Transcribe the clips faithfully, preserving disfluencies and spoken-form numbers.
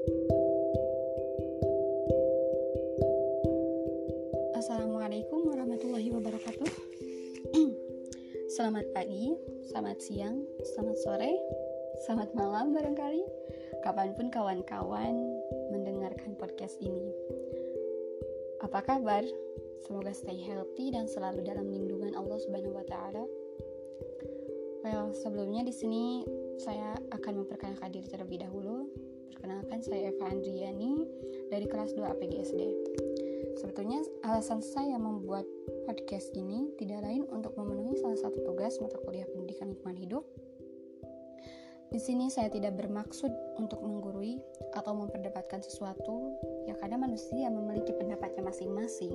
Assalamualaikum warahmatullahi wabarakatuh. Selamat pagi, selamat siang, selamat sore, selamat malam barangkali, kapanpun kawan-kawan mendengarkan podcast ini. Apa kabar? Semoga stay healthy dan selalu dalam lindungan Allah Subhanahu wa taala. Well, sebelumnya di sini saya akan memperkenalkan diri terlebih dahulu. Perkenalkan, saya Eva Andriani dari kelas dua A P G S D. Sebetulnya alasan saya membuat podcast ini tidak lain untuk memenuhi salah satu tugas mata kuliah pendidikan lingkungan hidup. Di sini saya tidak bermaksud untuk menggurui atau memperdebatkan sesuatu, ya karena manusia memiliki pendapatnya masing-masing.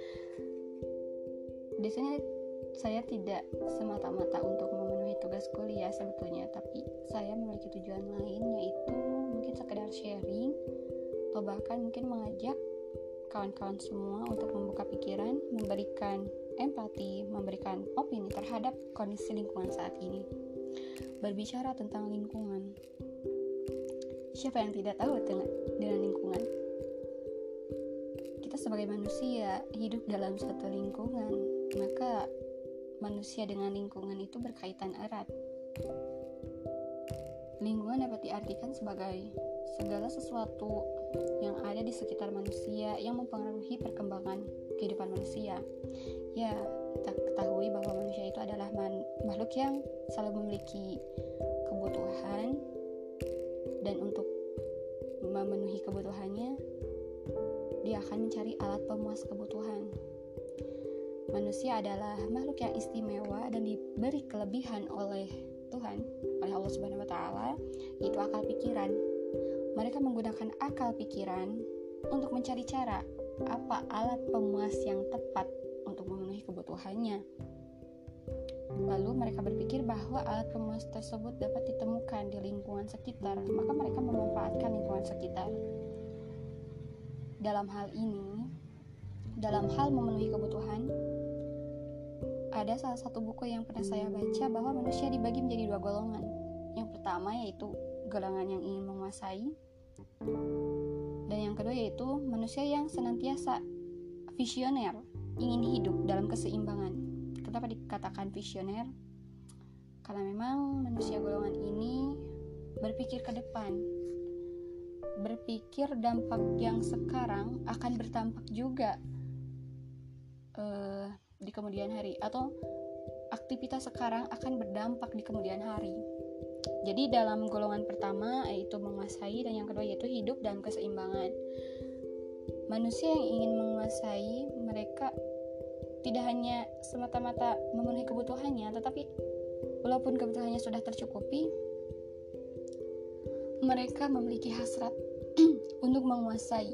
Di sini saya tidak semata-mata untuk memenuhi tugas kuliah sebetulnya, tapi saya memiliki tujuan lain, yaitu mungkin sekedar sharing atau bahkan mungkin mengajak kawan-kawan semua untuk membuka pikiran, memberikan empati, memberikan opini terhadap kondisi lingkungan saat ini. Berbicara tentang lingkungan, siapa yang tidak tahu dengan, dengan lingkungan? Kita sebagai manusia hidup dalam suatu lingkungan, maka manusia dengan lingkungan itu berkaitan erat. Lingkungan dapat diartikan sebagai segala sesuatu yang ada di sekitar manusia yang mempengaruhi perkembangan kehidupan manusia. Ya, kita ketahui bahwa manusia itu adalah man- makhluk yang selalu memiliki kebutuhan, dan untuk memenuhi kebutuhannya dia akan mencari alat pemuas kebutuhan. Manusia adalah makhluk yang istimewa dan diberi kelebihan oleh Tuhan, oleh Allah Subhanahu wa taala, yaitu akal pikiran. Mereka menggunakan akal pikiran untuk mencari cara apa alat pemuas yang tepat untuk memenuhi kebutuhannya. Lalu mereka berpikir bahwa alat pemuas tersebut dapat ditemukan di lingkungan sekitar, maka mereka memanfaatkan lingkungan sekitar. Dalam hal ini, dalam hal memenuhi kebutuhan, ada salah satu buku yang pernah saya baca bahwa manusia dibagi menjadi dua golongan. Yang pertama yaitu golongan yang ingin menguasai, dan yang kedua yaitu manusia yang senantiasa visioner, ingin hidup dalam keseimbangan. Kenapa dikatakan visioner? Karena memang manusia golongan ini berpikir ke depan, berpikir dampak yang sekarang akan berdampak juga uh, di kemudian hari, atau aktivitas sekarang akan berdampak di kemudian hari. Jadi dalam golongan pertama yaitu menguasai, dan yang kedua yaitu hidup dalam keseimbangan. Manusia yang ingin menguasai, mereka tidak hanya semata-mata memenuhi kebutuhannya, tetapi walaupun kebutuhannya sudah tercukupi, mereka memiliki hasrat untuk menguasai,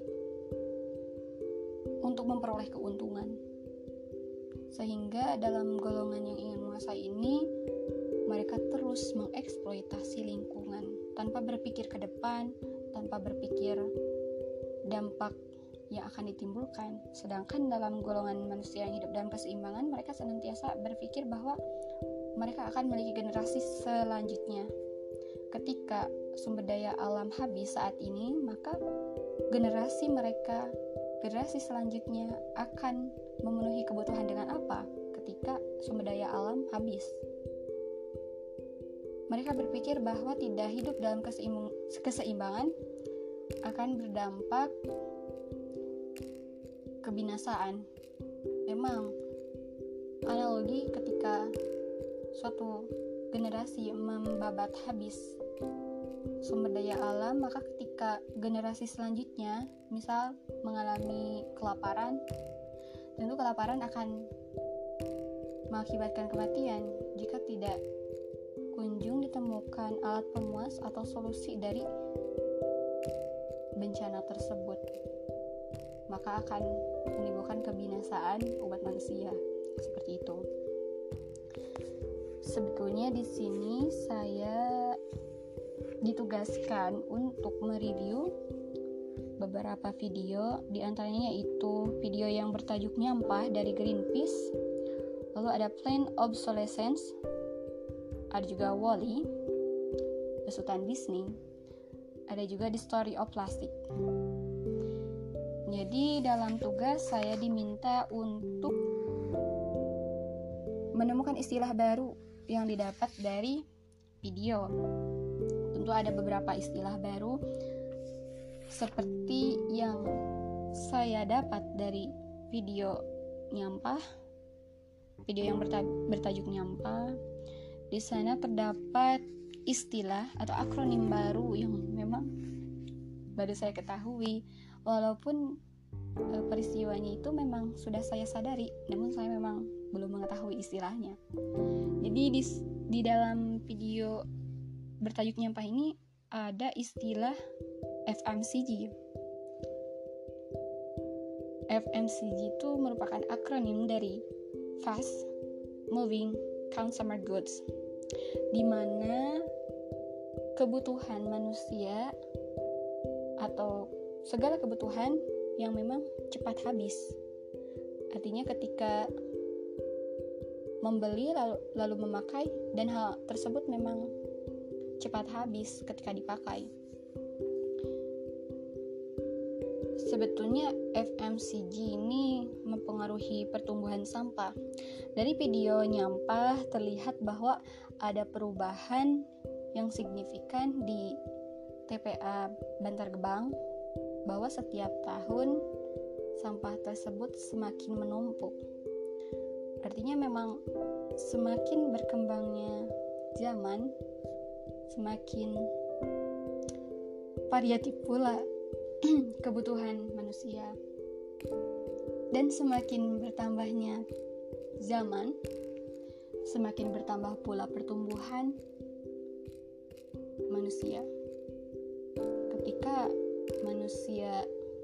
untuk memperoleh keuntungan. Sehingga dalam golongan yang ingin menguasai ini, mereka terus mengeksploitasi lingkungan tanpa berpikir ke depan, tanpa berpikir dampak yang akan ditimbulkan. Sedangkan dalam golongan manusia yang hidup dalam keseimbangan, mereka senantiasa berpikir bahwa mereka akan memiliki generasi selanjutnya. Ketika sumber daya alam habis saat ini, maka generasi mereka, generasi selanjutnya akan memenuhi kebutuhan dengan apa ketika sumber daya alam habis. Mereka berpikir bahwa tidak hidup dalam keseimbangan, keseimbangan akan berdampak kebinasaan. Memang analogi ketika suatu generasi membabat habis sumber daya alam, maka ketika generasi selanjutnya misal mengalami kelaparan, tentu kelaparan akan mengakibatkan kematian jika tidak kunjung ditemukan alat pemuas atau solusi dari bencana tersebut, maka akan menimbulkan kebinasaan umat manusia. Seperti itu. Sebetulnya di sini saya ditugaskan untuk mereview beberapa video, di antaranya yaitu video yang bertajuk Nyampah dari Greenpeace, lalu ada Plant Obsolescence, ada juga Wall-E, besutan Disney. ada juga di Story of Plastic. Jadi dalam tugas saya diminta untuk menemukan istilah baru yang didapat dari video. Tentu ada beberapa istilah baru seperti yang saya dapat dari video nyampah, video yang bertajuk nyampah. Di sana terdapat istilah atau akronim baru yang memang baru saya ketahui, walaupun e, peristiwanya itu memang sudah saya sadari, namun saya memang belum mengetahui istilahnya. Jadi di, di dalam video bertajuk nyampah ini ada istilah F M C G. F M C G itu merupakan akronim dari Fast Moving Consumer Goods, di mana kebutuhan manusia atau segala kebutuhan yang memang cepat habis. Artinya ketika membeli lalu, lalu memakai, dan hal tersebut memang cepat habis ketika dipakai. Sebetulnya F M C G ini mempengaruhi pertumbuhan sampah. Dari video nyampah terlihat bahwa ada perubahan yang signifikan di T P A Bantar Gebang, bahwa setiap tahun sampah tersebut semakin menumpuk. Artinya memang semakin berkembangnya zaman, semakin variatif pula kebutuhan manusia, dan semakin bertambahnya zaman, semakin bertambah pula pertumbuhan manusia. Ketika manusia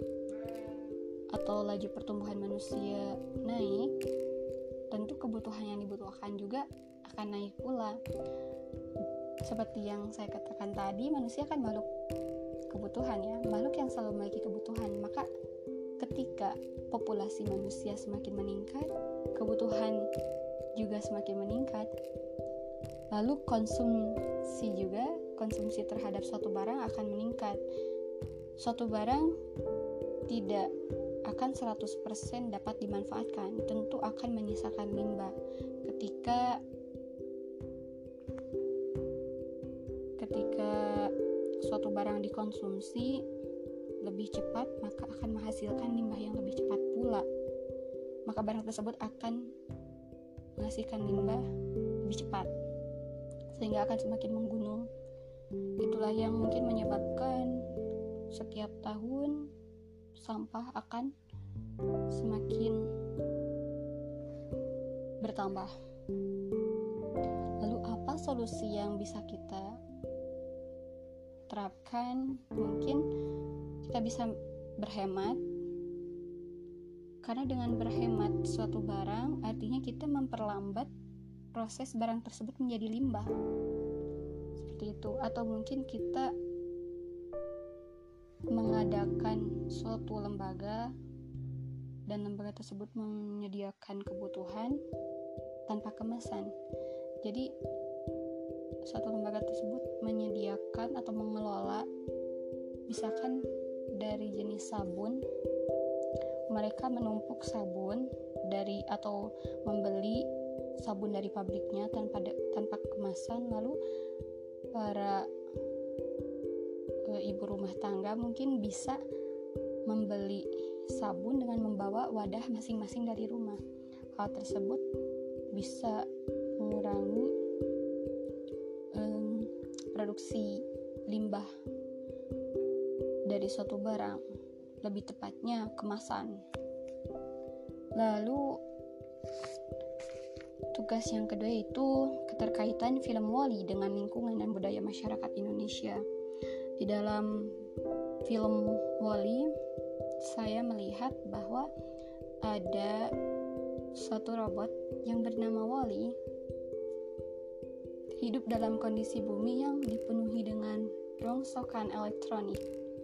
atau laju pertumbuhan manusia naik, tentu kebutuhan yang dibutuhkan juga akan naik pula. Seperti yang saya katakan tadi, manusia kan makhluk kebutuhan ya, makhluk yang selalu memiliki kebutuhan. Maka ketika populasi manusia semakin meningkat, kebutuhan juga semakin meningkat. Lalu konsumsi juga, konsumsi terhadap suatu barang akan meningkat. Suatu barang tidak akan seratus persen dapat dimanfaatkan, tentu akan menyisakan limbah. Ketika ketika suatu barang dikonsumsi lebih cepat, maka akan menghasilkan limbah yang lebih cepat pula. Maka barang tersebut akan menghasilkan limbah lebih cepat, sehingga akan semakin menggunung. Itulah yang mungkin menyebabkan setiap tahun sampah akan semakin bertambah. Lalu apa solusi yang bisa kita terapkan? Mungkin kita bisa berhemat, karena dengan berhemat suatu barang artinya kita memperlambat proses barang tersebut menjadi limbah, seperti itu. Atau mungkin kita mengadakan suatu lembaga, dan lembaga tersebut menyediakan kebutuhan tanpa kemasan. Jadi suatu lembaga tersebut menyediakan atau mengelola, misalkan dari jenis sabun, mereka menumpuk sabun dari atau membeli sabun dari pabriknya tanpa tanpa kemasan. Lalu para e, ibu rumah tangga mungkin bisa membeli sabun dengan membawa wadah masing-masing dari rumah. Hal tersebut bisa mengurangi um, produksi limbah dari suatu barang, lebih tepatnya kemasan. Lalu tugas yang kedua itu keterkaitan film WALL-E dengan lingkungan dan budaya masyarakat Indonesia. Di dalam film WALL-E, saya melihat bahwa ada suatu robot yang bernama WALL-E hidup dalam kondisi bumi yang dipenuhi dengan rongsokan elektronik.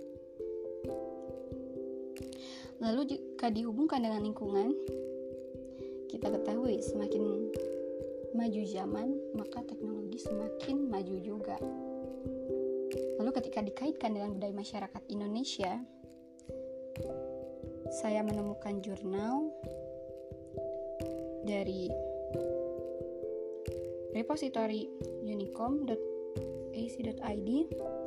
Lalu jika dihubungkan dengan lingkungan, kita ketahui semakin maju zaman, maka teknologi semakin maju juga. Lalu ketika dikaitkan dengan budaya masyarakat Indonesia, saya menemukan jurnal dari repository unicom dot a c dot i d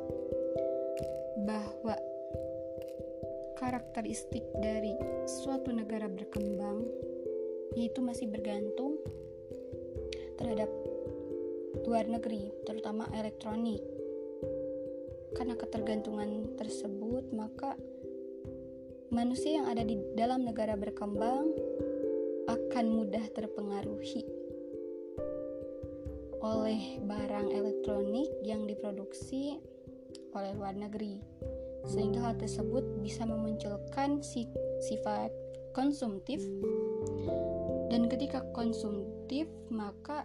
bahwa karakteristik dari suatu negara berkembang yaitu masih bergantung terhadap luar negeri, terutama elektronik. Karena ketergantungan tersebut, maka manusia yang ada di dalam negara berkembang akan mudah terpengaruhi oleh barang elektronik yang diproduksi oleh luar negeri, sehingga hal tersebut bisa memunculkan sifat konsumtif. Dan ketika konsumtif, maka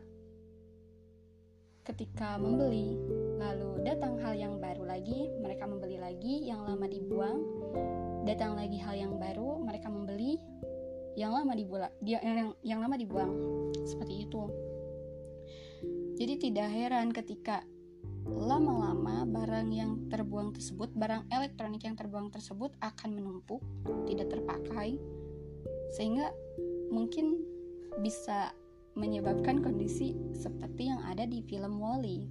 ketika membeli, lalu datang hal yang baru lagi, mereka membeli lagi, yang lama dibuang. Datang lagi hal yang baru, mereka membeli, yang lama dibuang, yang, yang lama dibuang. Seperti itu. Jadi tidak heran ketika lama-lama barang yang terbuang tersebut, barang elektronik yang terbuang tersebut akan menumpuk, tidak terpakai, sehingga mungkin bisa menyebabkan kondisi seperti yang ada di film Wall-E.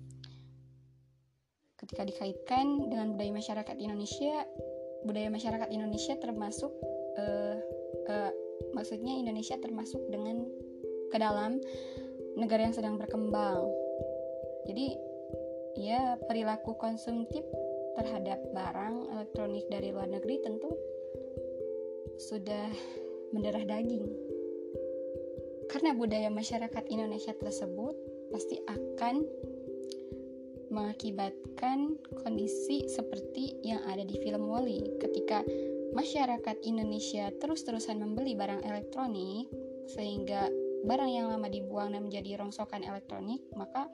Ketika dikaitkan dengan budaya masyarakat Indonesia, budaya masyarakat Indonesia termasuk, uh, uh, maksudnya Indonesia termasuk dengan ke dalam negara yang sedang berkembang. Jadi, ya perilaku konsumtif terhadap barang elektronik dari luar negeri tentu sudah mendarah daging. Karena budaya masyarakat Indonesia tersebut pasti akan mengakibatkan kondisi seperti yang ada di film Wall-E. Ketika masyarakat Indonesia terus-terusan membeli barang elektronik sehingga barang yang lama dibuang dan menjadi rongsokan elektronik, maka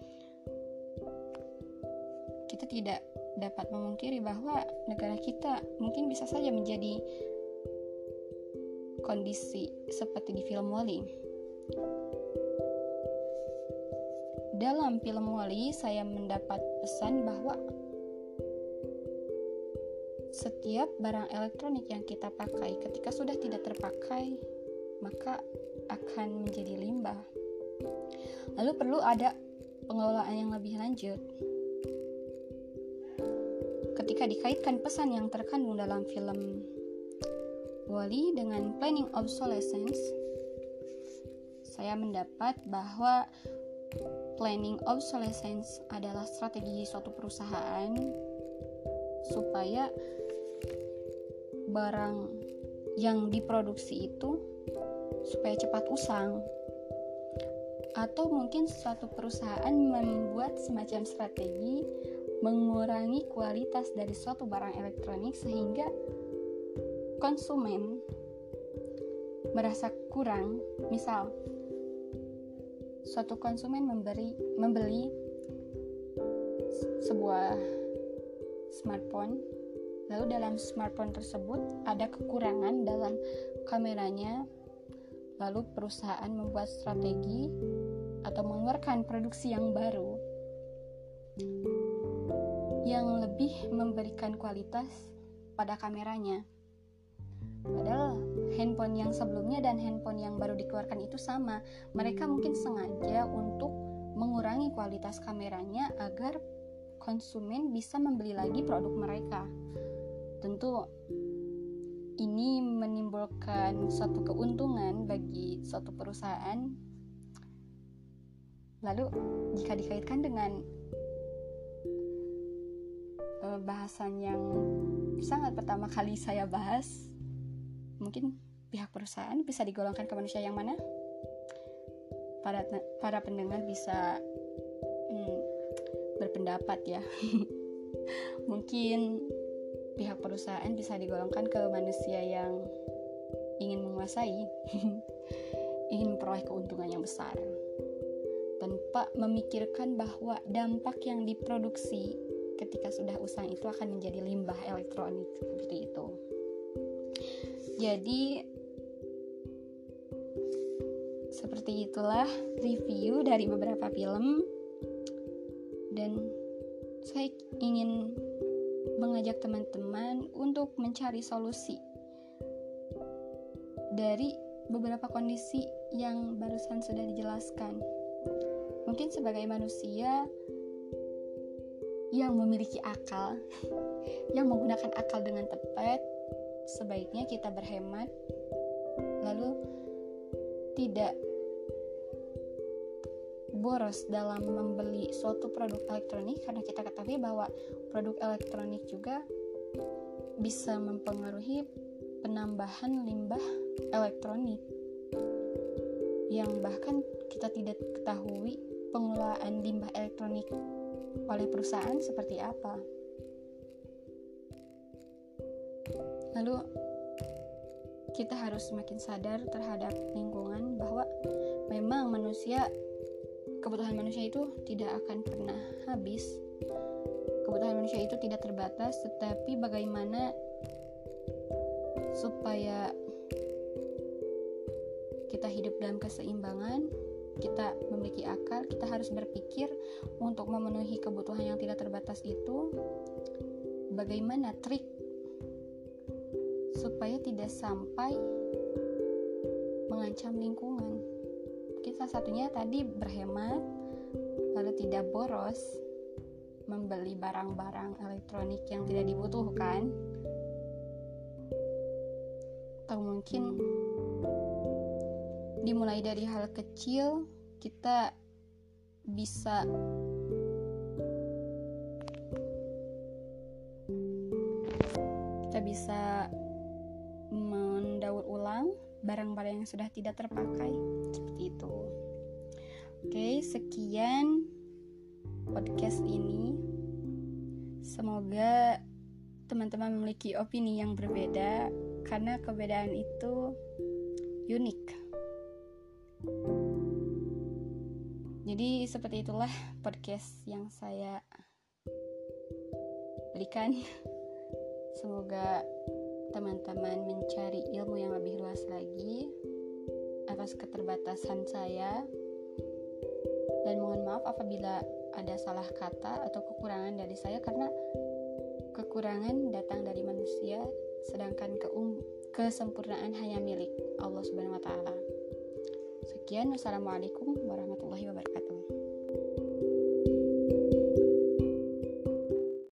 kita tidak dapat memungkiri bahwa negara kita mungkin bisa saja menjadi kondisi seperti di film Wall-E. Dalam film Wall-E, saya mendapat pesan bahwa setiap barang elektronik yang kita pakai ketika sudah tidak terpakai, maka akan menjadi limbah. Lalu perlu ada pengelolaan yang lebih lanjut. Ketika dikaitkan pesan yang terkandung dalam film Wall-E dengan planning obsolescence, saya mendapat bahwa planning obsolescence adalah strategi suatu perusahaan supaya barang yang diproduksi itu supaya cepat usang. Atau mungkin suatu perusahaan membuat semacam strategi mengurangi kualitas dari suatu barang elektronik sehingga konsumen merasa kurang. Misal, suatu konsumen memberi, membeli sebuah smartphone, lalu dalam smartphone tersebut ada kekurangan dalam kameranya, lalu perusahaan membuat strategi atau mengeluarkan produksi yang baru yang lebih memberikan kualitas pada kameranya. Padahal handphone yang sebelumnya dan handphone yang baru dikeluarkan itu sama. Mereka mungkin sengaja untuk mengurangi kualitas kameranya agar konsumen bisa membeli lagi produk mereka. Tentu ini menimbulkan suatu keuntungan bagi suatu perusahaan. Lalu jika dikaitkan dengan uh, bahasan yang sangat pertama kali saya bahas, mungkin pihak perusahaan bisa digolongkan ke manusia yang mana? Para para pendengar bisa hmm, berpendapat ya. Mungkin pihak perusahaan bisa digolongkan ke manusia yang ingin menguasai, ingin memperoleh keuntungan yang besar, tanpa memikirkan bahwa dampak yang diproduksi ketika sudah usang itu akan menjadi limbah elektronik seperti itu. Jadi seperti itulah review dari beberapa film, dan saya ingin mengajak teman-teman untuk mencari solusi dari beberapa kondisi yang barusan sudah dijelaskan. Mungkin sebagai manusia yang memiliki akal, yang menggunakan akal dengan tepat, sebaiknya kita berhemat, lalu tidak boros dalam membeli suatu produk elektronik, karena kita ketahui bahwa produk elektronik juga bisa mempengaruhi penambahan limbah elektronik yang bahkan kita tidak ketahui pengelolaan limbah elektronik oleh perusahaan seperti apa. Lalu kita harus semakin sadar terhadap lingkungan, bahwa memang manusia kebutuhan manusia itu tidak akan pernah habis. Kebutuhan manusia itu tidak terbatas, tetapi bagaimana supaya kita hidup dalam keseimbangan, kita memiliki akal, kita harus berpikir untuk memenuhi kebutuhan yang tidak terbatas itu, bagaimana trik supaya tidak sampai mengancam lingkungan. Mungkin salah satunya tadi berhemat, lalu tidak boros membeli barang-barang elektronik yang tidak dibutuhkan, atau mungkin dimulai dari hal kecil. Kita bisa kita bisa mendaur ulang barang-barang yang sudah tidak terpakai, seperti itu. Oke, sekian podcast ini. Semoga teman-teman memiliki opini yang berbeda, karena keberadaan itu unik. Jadi seperti itulah podcast yang saya berikan. Semoga teman-teman mencari ilmu yang lebih luas lagi atas keterbatasan saya, dan mohon maaf apabila ada salah kata atau kekurangan dari saya, karena kekurangan datang dari manusia, sedangkan keum- kesempurnaan hanya milik Allah Subhanahu wa taala. Sekian, wassalamualaikum warahmatullahi wabarakatuh.